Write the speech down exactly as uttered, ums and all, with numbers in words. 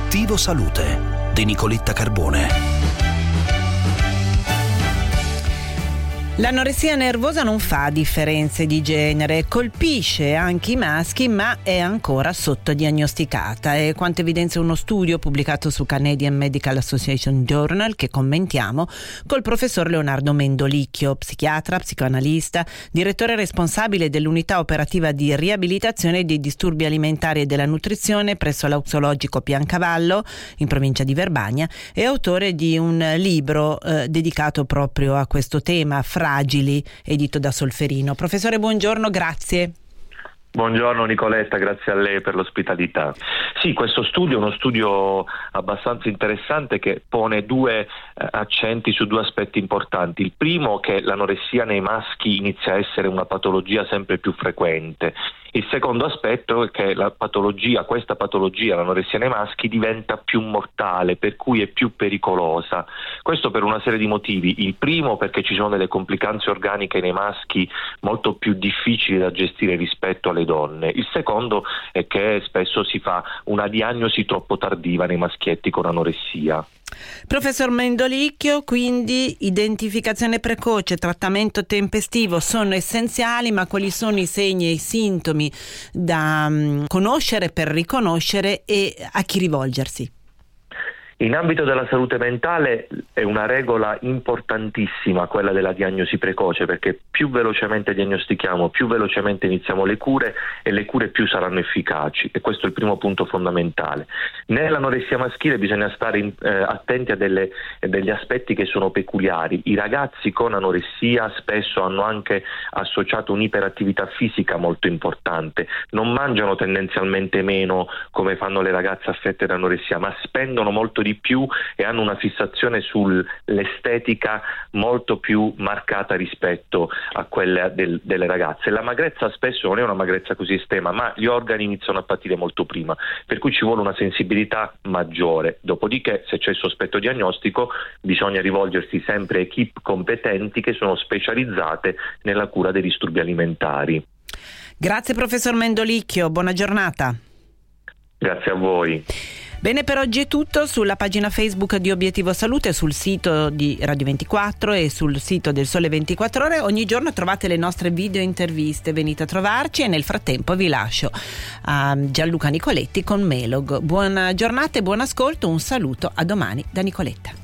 Obiettivo Salute di Nicoletta Carbone. L'anoressia nervosa non fa differenze di genere, colpisce anche i maschi, ma è ancora sottodiagnosticata. È quanto evidenzia uno studio pubblicato su Canadian Medical Association Journal che commentiamo col professor Leonardo Mendolicchio, psichiatra, psicoanalista, direttore responsabile dell'unità operativa di riabilitazione dei disturbi alimentari e della nutrizione presso l'Auxologico Piancavallo in provincia di Verbania e autore di un libro eh, dedicato proprio a questo tema, Fragili, edito da Solferino. Professore, buongiorno, grazie. Buongiorno Nicoletta, grazie a lei per l'ospitalità. Sì, questo studio è uno studio abbastanza interessante che pone due eh, accenti su due aspetti importanti. Il primo, che l'anoressia nei maschi inizia a essere una patologia sempre più frequente. Il secondo aspetto è che la patologia, questa patologia, l'anoressia nei maschi, diventa più mortale, per cui è più pericolosa. Questo per una serie di motivi. Il primo, perché ci sono delle complicanze organiche nei maschi molto più difficili da gestire rispetto alle donne. Il secondo è che spesso si fa una diagnosi troppo tardiva nei maschietti con anoressia. Professor Mendolicchio, quindi identificazione precoce, trattamento tempestivo sono essenziali, ma quali sono i segni e i sintomi da um, conoscere per riconoscere e a chi rivolgersi? In ambito della salute mentale è una regola importantissima quella della diagnosi precoce, perché più velocemente diagnostichiamo, più velocemente iniziamo le cure e le cure più saranno efficaci, e questo è il primo punto fondamentale. Nell'anoressia maschile bisogna stare in, eh, attenti a delle, degli aspetti che sono peculiari. I ragazzi con anoressia spesso hanno anche associato un'iperattività fisica molto importante, non mangiano tendenzialmente meno come fanno le ragazze affette da anoressia, ma spendono molto di di più e hanno una fissazione sull'estetica molto più marcata rispetto a quella del, delle ragazze. La magrezza spesso non è una magrezza così estrema, ma gli organi iniziano a patire molto prima, per cui ci vuole una sensibilità maggiore. Dopodiché, se c'è il sospetto diagnostico, bisogna rivolgersi sempre a equip competenti che sono specializzate nella cura dei disturbi alimentari. Grazie professor Mendolicchio, buona giornata. Grazie a voi. Bene, per oggi è tutto. Sulla pagina Facebook di Obiettivo Salute, sul sito di Radio ventiquattro e sul sito del Sole ventiquattro Ore ogni giorno trovate le nostre video interviste. Venite a trovarci e nel frattempo vi lascio a Gianluca Nicoletti con Melog. Buona giornata e buon ascolto, un saluto, a domani da Nicoletta.